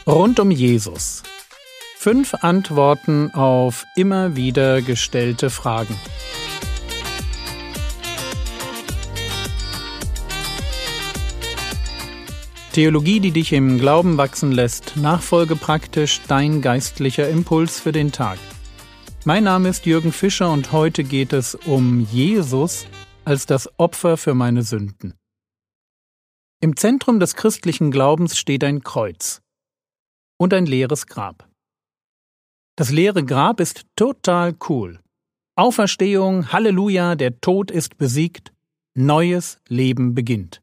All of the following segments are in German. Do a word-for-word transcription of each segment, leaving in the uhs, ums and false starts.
Rund um Jesus. Fünf Antworten auf immer wieder gestellte Fragen. Theologie, die dich im Glauben wachsen lässt, nachfolge praktisch dein geistlicher Impuls für den Tag. Mein Name ist Jürgen Fischer und heute geht es um Jesus als das Opfer für meine Sünden. Im Zentrum des christlichen Glaubens steht ein Kreuz und ein leeres Grab. Das leere Grab ist total cool. Auferstehung, Halleluja, der Tod ist besiegt, neues Leben beginnt.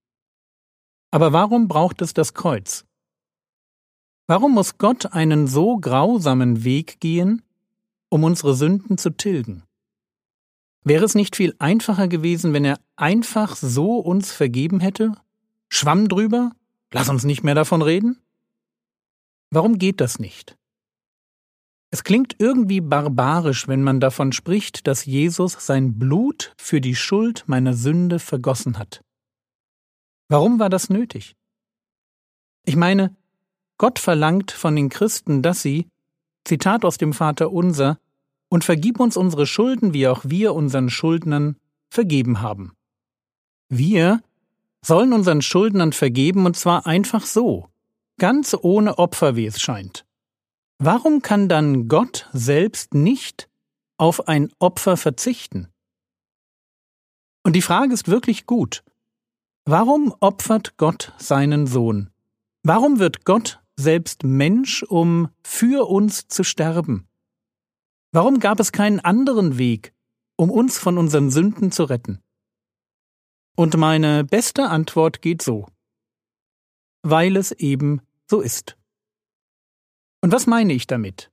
Aber warum braucht es das Kreuz? Warum muss Gott einen so grausamen Weg gehen, um unsere Sünden zu tilgen? Wäre es nicht viel einfacher gewesen, wenn er einfach so uns vergeben hätte? Schwamm drüber? Lass uns nicht mehr davon reden? Warum geht das nicht? Es klingt irgendwie barbarisch, wenn man davon spricht, dass Jesus sein Blut für die Schuld meiner Sünde vergossen hat. Warum war das nötig? Ich meine, Gott verlangt von den Christen, dass sie, Zitat aus dem Vaterunser, und vergib uns unsere Schulden, wie auch wir unseren Schuldnern vergeben haben. Wir sollen unseren Schuldnern vergeben, und zwar einfach so, ganz ohne Opfer, wie es scheint. Warum kann dann Gott selbst nicht auf ein Opfer verzichten? Und die Frage ist wirklich gut. Warum opfert Gott seinen Sohn? Warum wird Gott selbst Mensch, um für uns zu sterben? Warum gab es keinen anderen Weg, um uns von unseren Sünden zu retten? Und meine beste Antwort geht so: Weil es eben so ist. Und was meine ich damit?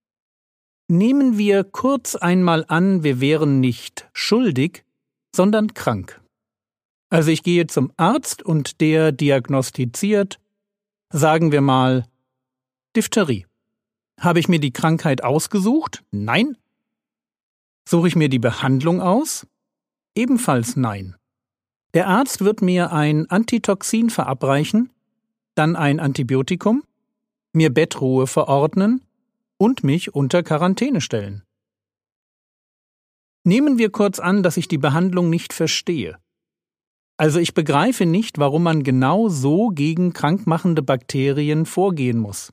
Nehmen wir kurz einmal an, wir wären nicht schuldig, sondern krank. Also ich gehe zum Arzt und der diagnostiziert, sagen wir mal, Diphtherie. Habe ich mir die Krankheit ausgesucht? Nein. Suche ich mir die Behandlung aus? Ebenfalls nein. Der Arzt wird mir ein Antitoxin verabreichen, dann ein Antibiotikum, mir Bettruhe verordnen und mich unter Quarantäne stellen. Nehmen wir kurz an, dass ich die Behandlung nicht verstehe. Also ich begreife nicht, warum man genau so gegen krankmachende Bakterien vorgehen muss.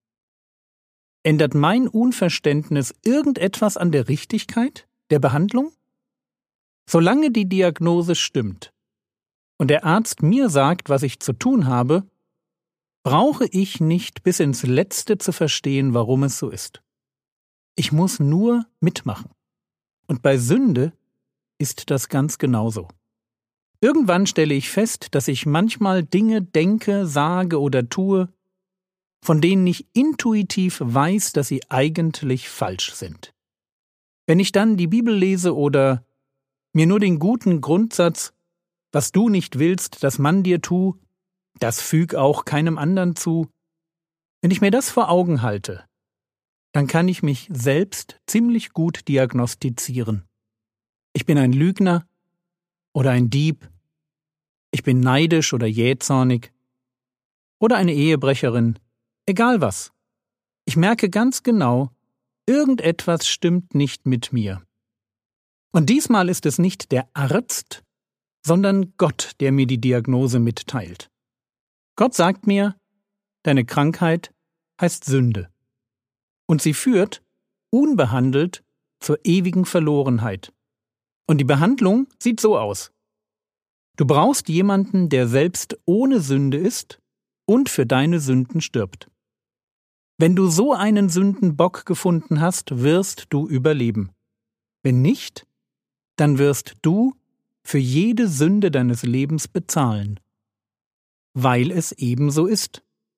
Ändert mein Unverständnis irgendetwas an der Richtigkeit der Behandlung? Solange die Diagnose stimmt und der Arzt mir sagt, was ich zu tun habe, brauche ich nicht bis ins Letzte zu verstehen, warum es so ist. Ich muss nur mitmachen. Und bei Sünde ist das ganz genauso. Irgendwann stelle ich fest, dass ich manchmal Dinge denke, sage oder tue, von denen ich intuitiv weiß, dass sie eigentlich falsch sind. Wenn ich dann die Bibel lese oder mir nur den guten Grundsatz, was du nicht willst, dass man dir tu, das füg auch keinem anderen zu, wenn ich mir das vor Augen halte, dann kann ich mich selbst ziemlich gut diagnostizieren. Ich bin ein Lügner oder ein Dieb, ich bin neidisch oder jähzornig oder eine Ehebrecherin, egal was. Ich merke ganz genau, irgendetwas stimmt nicht mit mir. Und diesmal ist es nicht der Arzt, sondern Gott, der mir die Diagnose mitteilt. Gott sagt mir, deine Krankheit heißt Sünde. Und sie führt, unbehandelt, zur ewigen Verlorenheit. Und die Behandlung sieht so aus. Du brauchst jemanden, der selbst ohne Sünde ist und für deine Sünden stirbt. Wenn du so einen Sündenbock gefunden hast, wirst du überleben. Wenn nicht, dann wirst du für jede Sünde deines Lebens bezahlen. Weil es eben so ist.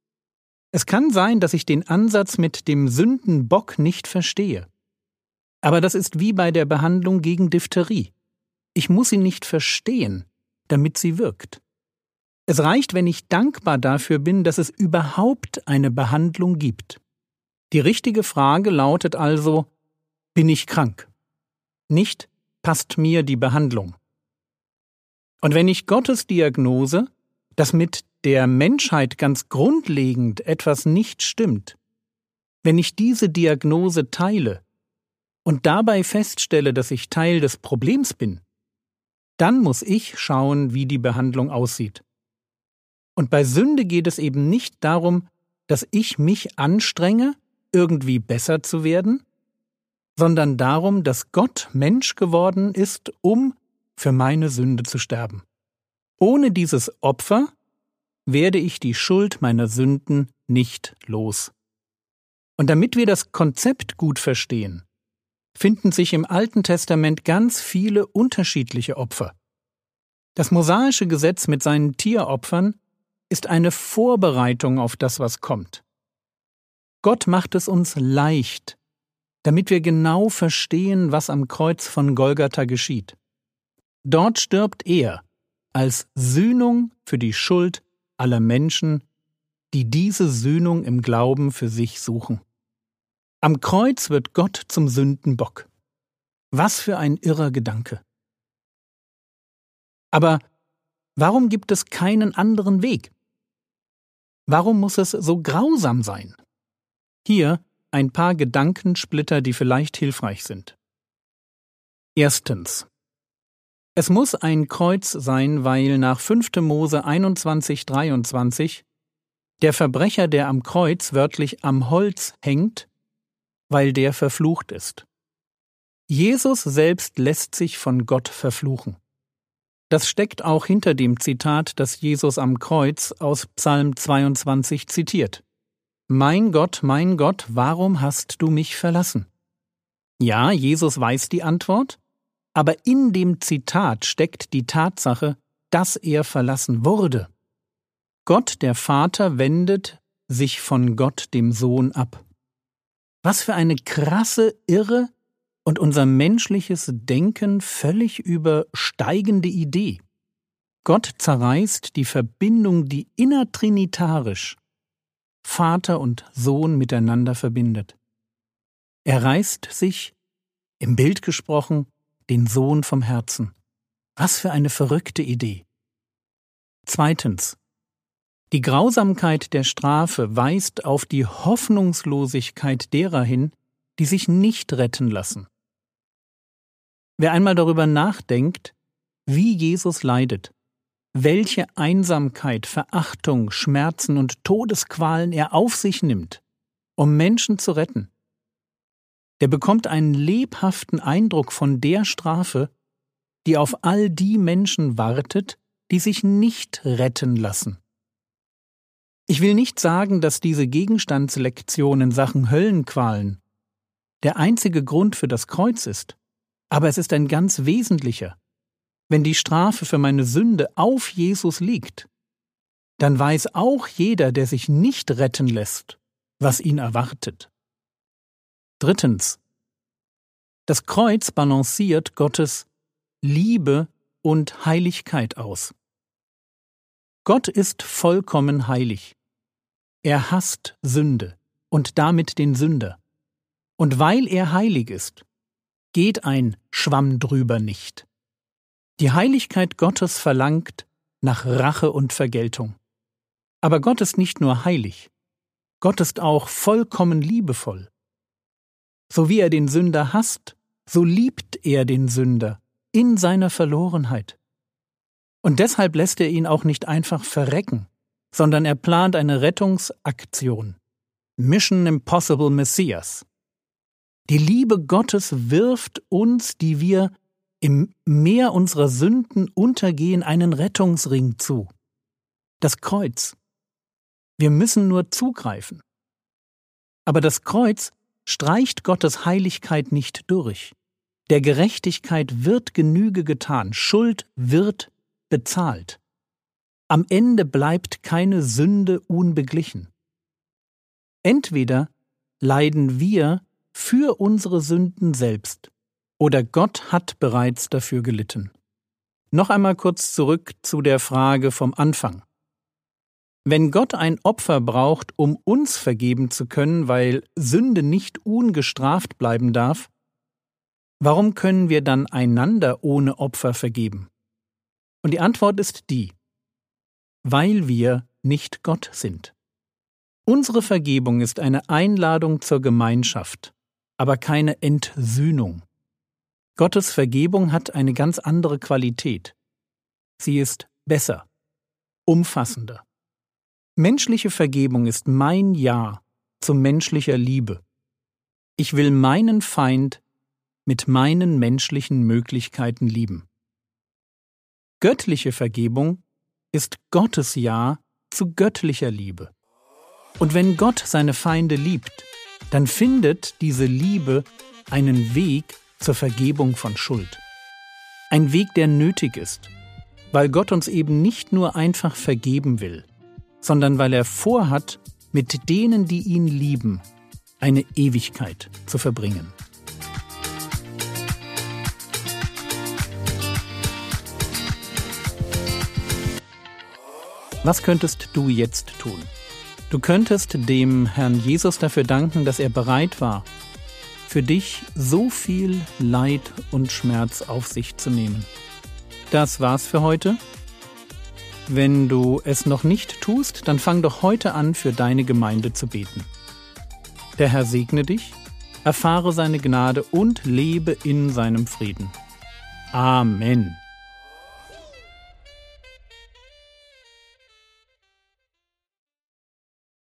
Es kann sein, dass ich den Ansatz mit dem Sündenbock nicht verstehe. Aber das ist wie bei der Behandlung gegen Diphtherie. Ich muss sie nicht verstehen, damit sie wirkt. Es reicht, wenn ich dankbar dafür bin, dass es überhaupt eine Behandlung gibt. Die richtige Frage lautet also, bin ich krank? Nicht, passt mir die Behandlung? Und wenn ich Gottes Diagnose, das mit der Menschheit ganz grundlegend etwas nicht stimmt, wenn ich diese Diagnose teile und dabei feststelle, dass ich Teil des Problems bin, dann muss ich schauen, wie die Behandlung aussieht. Und bei Sünde geht es eben nicht darum, dass ich mich anstrenge, irgendwie besser zu werden, sondern darum, dass Gott Mensch geworden ist, um für meine Sünde zu sterben. Ohne dieses Opfer werde ich die Schuld meiner Sünden nicht los. Und damit wir das Konzept gut verstehen, finden sich im Alten Testament ganz viele unterschiedliche Opfer. Das mosaische Gesetz mit seinen Tieropfern ist eine Vorbereitung auf das, was kommt. Gott macht es uns leicht, damit wir genau verstehen, was am Kreuz von Golgatha geschieht. Dort stirbt er als Sühnung für die Schuld aller Menschen, die diese Sühnung im Glauben für sich suchen. Am Kreuz wird Gott zum Sündenbock. Was für ein irrer Gedanke. Aber warum gibt es keinen anderen Weg? Warum muss es so grausam sein? Hier ein paar Gedankensplitter, die vielleicht hilfreich sind. Erstens. Es muss ein Kreuz sein, weil nach fünfter Mose einundzwanzig, dreiundzwanzig der Verbrecher, der am Kreuz wörtlich am Holz hängt, weil der verflucht ist. Jesus selbst lässt sich von Gott verfluchen. Das steckt auch hinter dem Zitat, das Jesus am Kreuz aus Psalm zweiundzwanzig zitiert. Mein Gott, mein Gott, warum hast du mich verlassen? Ja, Jesus weiß die Antwort, aber in dem Zitat steckt die Tatsache, dass er verlassen wurde. Gott, der Vater, wendet sich von Gott, dem Sohn, ab. Was für eine krasse, irre und unser menschliches Denken völlig übersteigende Idee. Gott zerreißt die Verbindung, die innertrinitarisch Vater und Sohn miteinander verbindet. Er reißt sich, im Bild gesprochen, den Sohn vom Herzen. Was für eine verrückte Idee. Zweitens. Die Grausamkeit der Strafe weist auf die Hoffnungslosigkeit derer hin, die sich nicht retten lassen. Wer einmal darüber nachdenkt, wie Jesus leidet, welche Einsamkeit, Verachtung, Schmerzen und Todesqualen er auf sich nimmt, um Menschen zu retten, der bekommt einen lebhaften Eindruck von der Strafe, die auf all die Menschen wartet, die sich nicht retten lassen. Ich will nicht sagen, dass diese Gegenstandslektion in Sachen Höllenqualen der einzige Grund für das Kreuz ist, aber es ist ein ganz wesentlicher. Wenn die Strafe für meine Sünde auf Jesus liegt, dann weiß auch jeder, der sich nicht retten lässt, was ihn erwartet. Drittens. Das Kreuz balanciert Gottes Liebe und Heiligkeit aus. Gott ist vollkommen heilig. Er hasst Sünde und damit den Sünder. Und weil er heilig ist, geht ein Schwamm drüber nicht. Die Heiligkeit Gottes verlangt nach Rache und Vergeltung. Aber Gott ist nicht nur heilig, Gott ist auch vollkommen liebevoll. So wie er den Sünder hasst, so liebt er den Sünder in seiner Verlorenheit. Und deshalb lässt er ihn auch nicht einfach verrecken, sondern er plant eine Rettungsaktion. Mission Impossible Messias. Die Liebe Gottes wirft uns, die wir im Meer unserer Sünden untergehen, einen Rettungsring zu. Das Kreuz. Wir müssen nur zugreifen. Aber das Kreuz streicht Gottes Heiligkeit nicht durch. Der Gerechtigkeit wird Genüge getan, Schuld wird bezahlt. Am Ende bleibt keine Sünde unbeglichen. Entweder leiden wir für unsere Sünden selbst, oder Gott hat bereits dafür gelitten. Noch einmal kurz zurück zu der Frage vom Anfang. Wenn Gott ein Opfer braucht, um uns vergeben zu können, weil Sünde nicht ungestraft bleiben darf, warum können wir dann einander ohne Opfer vergeben? Und die Antwort ist die: Weil wir nicht Gott sind. Unsere Vergebung ist eine Einladung zur Gemeinschaft, aber keine Entsühnung. Gottes Vergebung hat eine ganz andere Qualität. Sie ist besser, umfassender. Menschliche Vergebung ist mein Ja zu menschlicher Liebe. Ich will meinen Feind mit meinen menschlichen Möglichkeiten lieben. Göttliche Vergebung ist Gottes Ja zu göttlicher Liebe. Und wenn Gott seine Feinde liebt, dann findet diese Liebe einen Weg zur Vergebung von Schuld. Ein Weg, der nötig ist, weil Gott uns eben nicht nur einfach vergeben will, sondern weil er vorhat, mit denen, die ihn lieben, eine Ewigkeit zu verbringen. Was könntest du jetzt tun? Du könntest dem Herrn Jesus dafür danken, dass er bereit war, für dich so viel Leid und Schmerz auf sich zu nehmen. Das war's für heute. Wenn du es noch nicht tust, dann fang doch heute an, für deine Gemeinde zu beten. Der Herr segne dich, erfahre seine Gnade und lebe in seinem Frieden. Amen.